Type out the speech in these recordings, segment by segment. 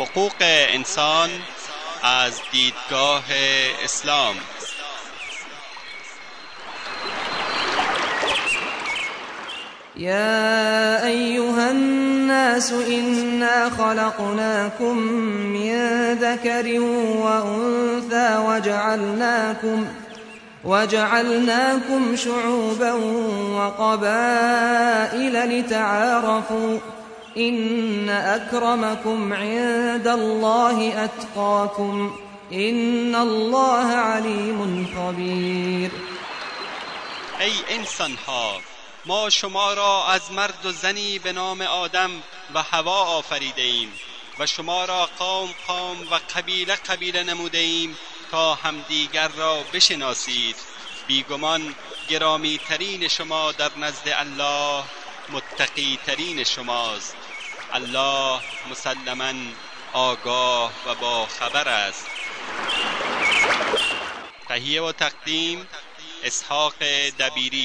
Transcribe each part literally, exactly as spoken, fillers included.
حقوق انسان از دیدگاه اسلام. يا أيها الناس إنا خلقناكم من ذكر وأنثى وجعلناكم وجعلناكم شعوبا وقبائل لتعارفوا إن أكرمكم عند الله أتقاكم إن الله عليم خبير. ای انسان ها، ما شما را از مرد و زنی به نام آدم و حوا آفریده ایم و شما را قوم قوم و قبیله قبیله نموده ایم تا همدیگر را بشناسید. بیگمان گرامی ترین شما در نزد الله متقی ترین شماست. الله مسلماً آگاه و با خبر است. تهیه و تقدیم اسحاق دبیری.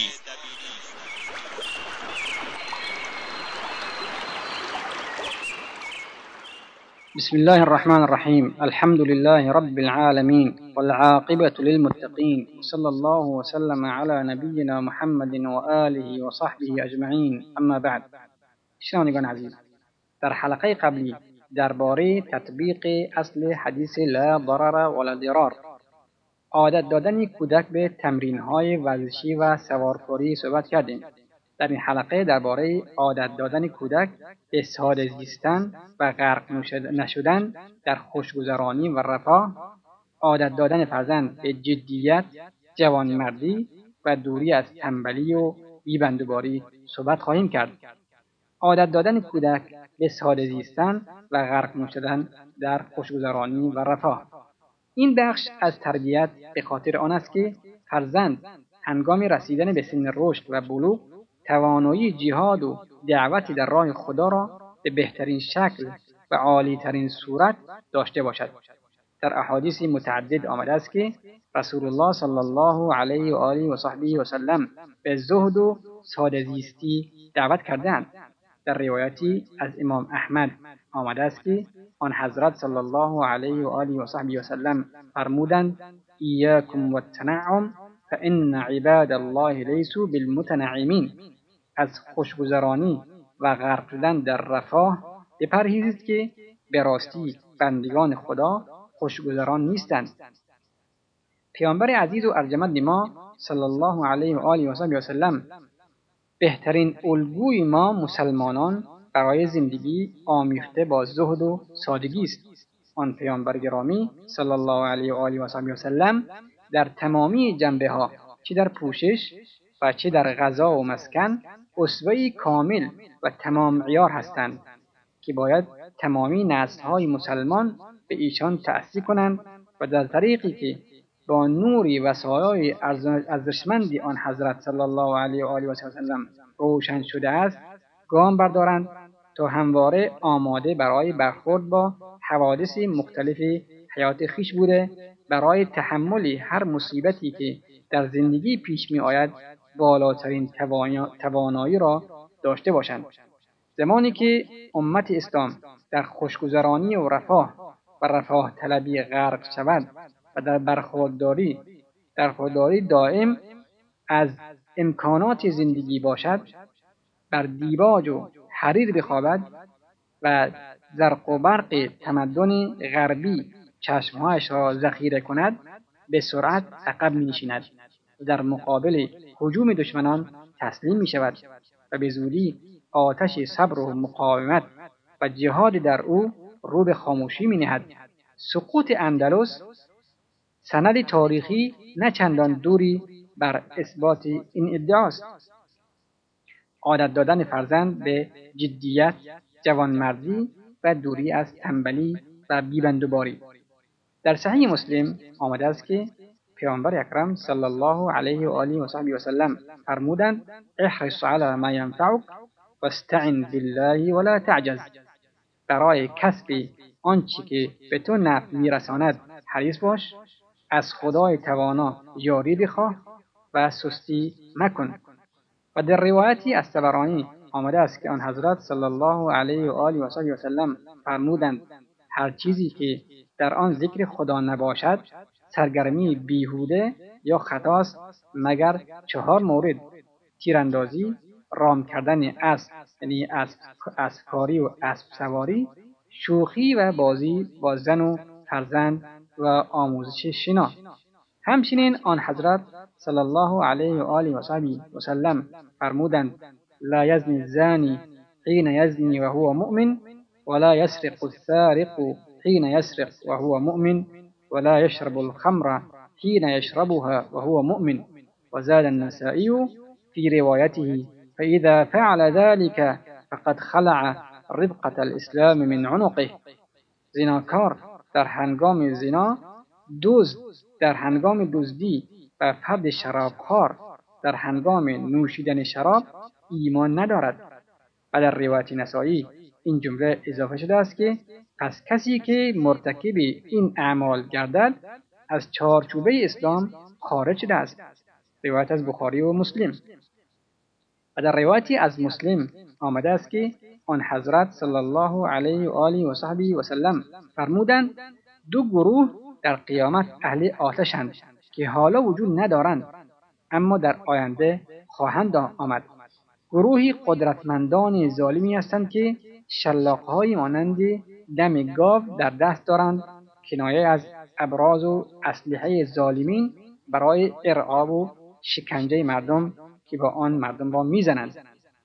بسم الله الرحمن الرحيم. الحمد لله رب العالمين والعاقبة للمتقين، وصلى الله وسلم على نبينا محمد وآله وصحبه أجمعين. اما بعد. شنوندگان عزیز، در حلقه قبلی درباره تطبیق اصل حدیث لا ضرر ولا ضرار، عادت دادن کودک به تمرین‌های ورزشی و سوارکاری صحبت کردیم. در این حلقه درباره عادت دادن کودک به ساده زیستن و غرق نشدن در خوشگذرانی و رفاه، عادت دادن فرزند به جدیت، جوانمردی و دوری از تنبلی و بی‌بندوباری صحبت خواهیم کرد. عادت دادن کودک به ساده زیستن و غرق نشدن در خوشگذرانی و رفاه. این بخش از تربیت به خاطر آن است که فرزند هنگام رسیدن به سن رشد و بلوغ توانایی جهاد و دعوت در راه خدا را به بهترین شکل و عالی‌ترین صورت داشته باشد. در احادیث متعدد آمده است که رسول الله صلی الله علیه و آله و صحبه و سلم به زهد و ساده زیستی دعوت کردند. در روایتی از امام احمد آمده است که آن حضرت صلی الله علیه و آله و صحبه و سلم فرمودند: ایاکم والتنعم فإن عباد الله لیسوا بالمتنعمین. از خوشگذرانی و غرق شدن در رفاه بپرهیزید که به راستی بندگان خدا خوشگذران نیستند. پیامبر عزیز و ارجمند ما صلی الله علیه و آله و صحبه و سلم بهترین الگوی ما مسلمانان برای زندگی آمیخته با زهد و سادگی است. آن پیامبر گرامی صلی الله علیه و آله و صحبه و سلم در تمامی جنبه ها، چه در پوشش و چه در غذا و مسکن، اسوه‌ای کامل و تمام عیار هستند که باید تمامی نسل‌های مسلمان به ایشان تأسی کنند و در طریقی که با نوری و سایه‌ای ارزشمند آن حضرت صلی الله علیه و آله و سلم روشن شده است گام بردارند تا همواره آماده برای برخورد با حوادث مختلف حیات خویش بوده، برای تحمل هر مصیبتی که در زندگی پیش می آید بالاترین توانایی را داشته باشند. زمانی که امت اسلام در خوشگذرانی و رفاه و رفاه طلبی غرق شود و در برخورداری در خودداری دائم از امکانات زندگی باشد، بر دیباج و حریر بخوابد و زرق و برق تمدن غربی چشمهایش را ذخیره کند، به سرعت عقب می نشیند و در مقابل هجوم دشمنان تسلیم می شود و به زودی آتش صبر و مقاومت و جهاد در او رو به خاموشی می نهد. سقوط اندلس سند تاریخی نه چندان دوری بر اثبات این ادعاست. عادت دادن فرزند به جدیت، جوانمردی و دوری از تنبلی و بی‌بندوباری. در صحیح مسلم آمده است که پیامبر اکرم صلی الله علیه و آله و صحبه و سلم فرمودند: احرص علی ما ینفعک واستعن بالله ولا تعجز. برای کسب آنچه که به تو نفع میرساند حریص باش، از خدای توانا یاری بخواه و سستی مکن. و در روایتی از طبرانی آمده است که آن حضرت صلی الله علیه و آله و صحبه و سلم فرمودند: هر چیزی که در آن ذکر خدا نباشد سرگرمی بیهوده یا خطاست، مگر چهار مورد: تیراندازی، رام کردن اسب یعنی اسب اسبکاری و اسب سواری، شوخی و بازی با زن و فرزند و آموزش شنا. همچنین آن حضرت صلی الله علیه و آله و صحبه و سلم فرمودند: لا یزنی الزانی حین یزنی و هو مؤمن ولا یسرق السارق حین یسرق و هو مؤمن ولا یشرب الخمر حين يشربها وهو مؤمن. وزاد النسائي في روايته: فإذا فعل ذلك فقد خلع ربقة الإسلام من عنقه. زناکار در هنگام زنا، دزد در هنگام دزدی و فرد شرابخوار در هنگام نوشیدن شراب ایمان ندارد. و در روایت نسائی این جمله اضافه شده است که پس کسی که مرتکب این اعمال گردد از چارچوبه اسلام خارج شده است. روایت از بخاری و مسلم. و در روایتی از مسلم آمده است که آن حضرت صلی الله علیه و آله و صحبه و سلم فرمودند: دو گروه در قیامت اهل آتشند که حالا وجود ندارند اما در آینده خواهند آمد. گروهی قدرتمندان ظالمی هستند که شلاق‌های مانند دم گاو در دست دارند، کنایه از ابراز و اسلحه ظالمین برای ارعاب و شکنجه مردم که با آن مردم را میزنند.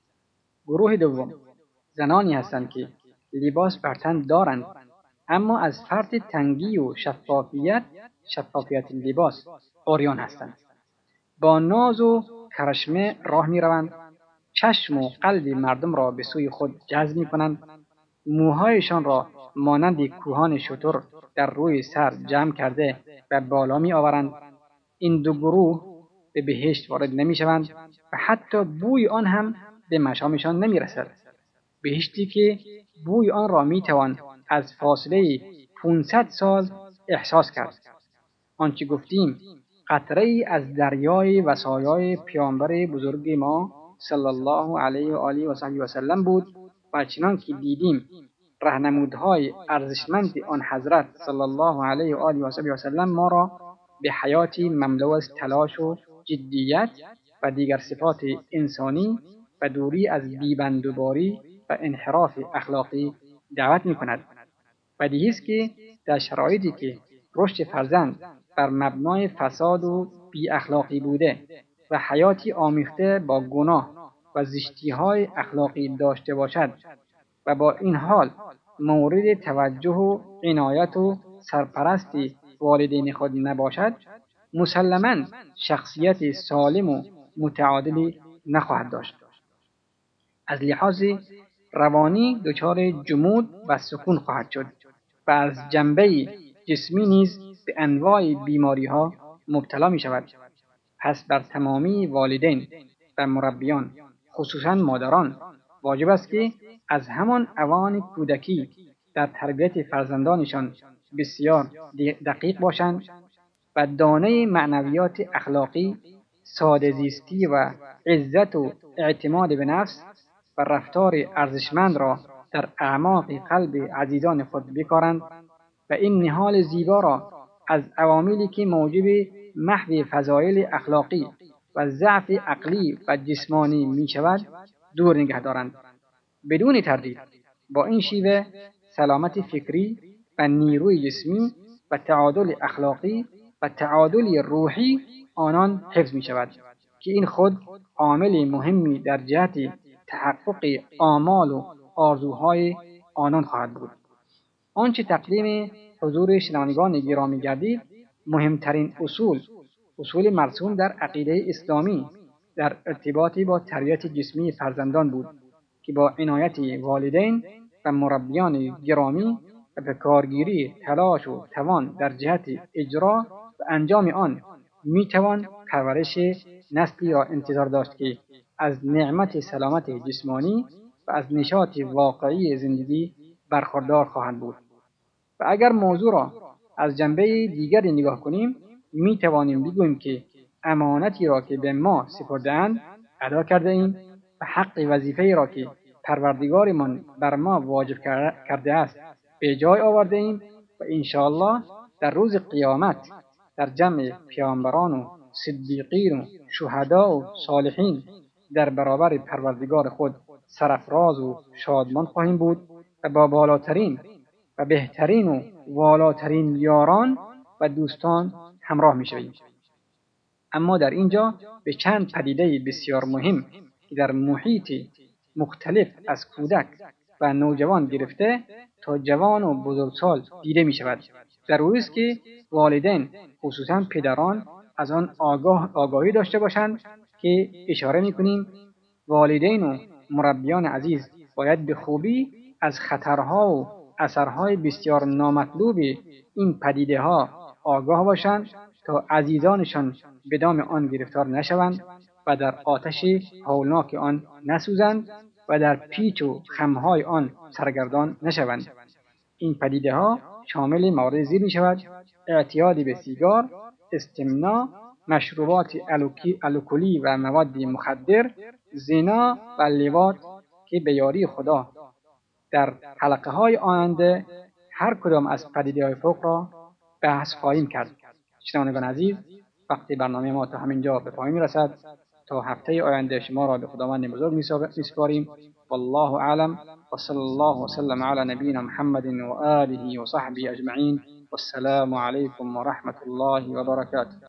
گروه دوم زنانی هستند که لباس بر تن دارند اما از فرط تنگی و شفافیت شفافیت لباس عریان هستند. با ناز و کرشمه راه میروند، چشم و قلب مردم را به سوی خود جذب میکنند، موهایشان را مانند کوهان شتر در روی سر جمع کرده و بالا می آورند. این دو گروه به بهشت وارد نمی شوند و حتی بوی آن هم به مشامشان نمی رسد. بهشتی که بوی آن را می توان از فاصله پانصد سال احساس کرد. آنچه گفتیم قطره ای از دریای وصایای پیامبر بزرگ ما صلی الله علیه و آله و صحبه و سلم بود و چنان که دیدیم راهنمودهای ارزشمند آن حضرت صلی الله علیه و آله و صحبه و سلم ما را به حیاتی مملو از تلاش و جدیت و دیگر صفات انسانی و دوری از بیبندوباری و انحراف اخلاقی دعوت می‌کند. بدیهی است که در شرایطی که رشد فرزند بر مبنای فساد و بی اخلاقی بوده و حیاتی آمیخته با گناه و زشتی‌های اخلاقی داشته باشد و با این حال مورد توجه و عنایت و سرپرستی والدین خود نباشد، مسلماً شخصیت سالم و متعادلی نخواهد داشت. از لحاظ روانی دچار جمود و سکون خواهد شد و از جنبه جسمی نیز به انواع بیماری‌ها مبتلا می شود. پس بر تمامی والدین و مربیان خصوصاً مادران واجب است که از همان اوان کودکی در تربیت فرزندانشان بسیار دقیق باشند و دانه معنویات اخلاقی، ساده زیستی و عزت و اعتماد به نفس و رفتار ارزشمند را در اعماق قلب عزیزان خود بکارند و این نهال زیبا را از عواملی که موجب محو فضایل اخلاقی و ضعف عقلی و جسمانی می شود دور نگه دارند. بدون تردید با این شیوه سلامت فکری و نیروی جسمی و تعادل اخلاقی و تعادل روحی آنان حفظ می شود که این خود عامل مهمی در جهت تحقق آمال و آرزوهای آنان خواهد بود. آنچه تقدیم حضور شنوندگان گرامی گردید مهمترین اصول اصول مرسوم در عقیده اسلامی در ارتباط با تربیت جسمی فرزندان بود که با عنایت والدین و مربیان گرامی و به کارگیری تلاش و توان در جهت اجرا و انجام آن می توان پرورش نسلی را انتظار داشت که از نعمت سلامت جسمانی و از نشاط واقعی زندگی برخوردار خواهند بود. و اگر موضوع را از جنبه دیگری نگاه کنیم می توانیم بگوییم که امانتی را که به ما سپرده‌اند ادا کرده ایم و حق وظیفه‌ای را که پروردگارمان بر ما واجب کرده است به جای آورده ایم و انشاءالله در روز قیامت در جمع پیامبران و صدیقین و شهدا و صالحین در برابر پروردگار خود سرفراز و شادمان خواهیم بود و با بالاترین و بهترین و والاترین یاران و دوستان همراه می شویم. اما در اینجا به چند پدیده بسیار مهم که در محیط مختلف از کودک و نوجوان گرفته تا جوان و بزرگسال دیده می شود. ضروری است که والدین خصوصا پدران از آن آگاه آگاهی داشته باشند که اشاره می کنیم والدین و مربیان عزیز باید به خوبی از خطرها و اثرهای بسیار نامطلوب این پدیده ها آگاه باشند تا عزیزانشان به دام آن گرفتار نشوند و در آتش هولناک آن نسوزند و در پیچ و خمهای آن سرگردان نشوند. این پدیده ها شامل موارد زیر می شود: اعتیاد به سیگار، استمناء، مشروبات الکلی و مواد مخدر، زنا و لواط که به یاری خدا در حلقه های آینده هر کدام از پدیده های فوق را بحث خواهیم کرد. شنوندگان عزیز، وقتی برنامه ما تا همینجا به پایان میرسد. تا هفته آینده شما را به خداوند بزرگ میسپاریم. والله اعلم و صلی الله وسلم علی نبینا محمد و آله و صحبه اجمعین. والسلام علیکم و رحمت الله و برکاته.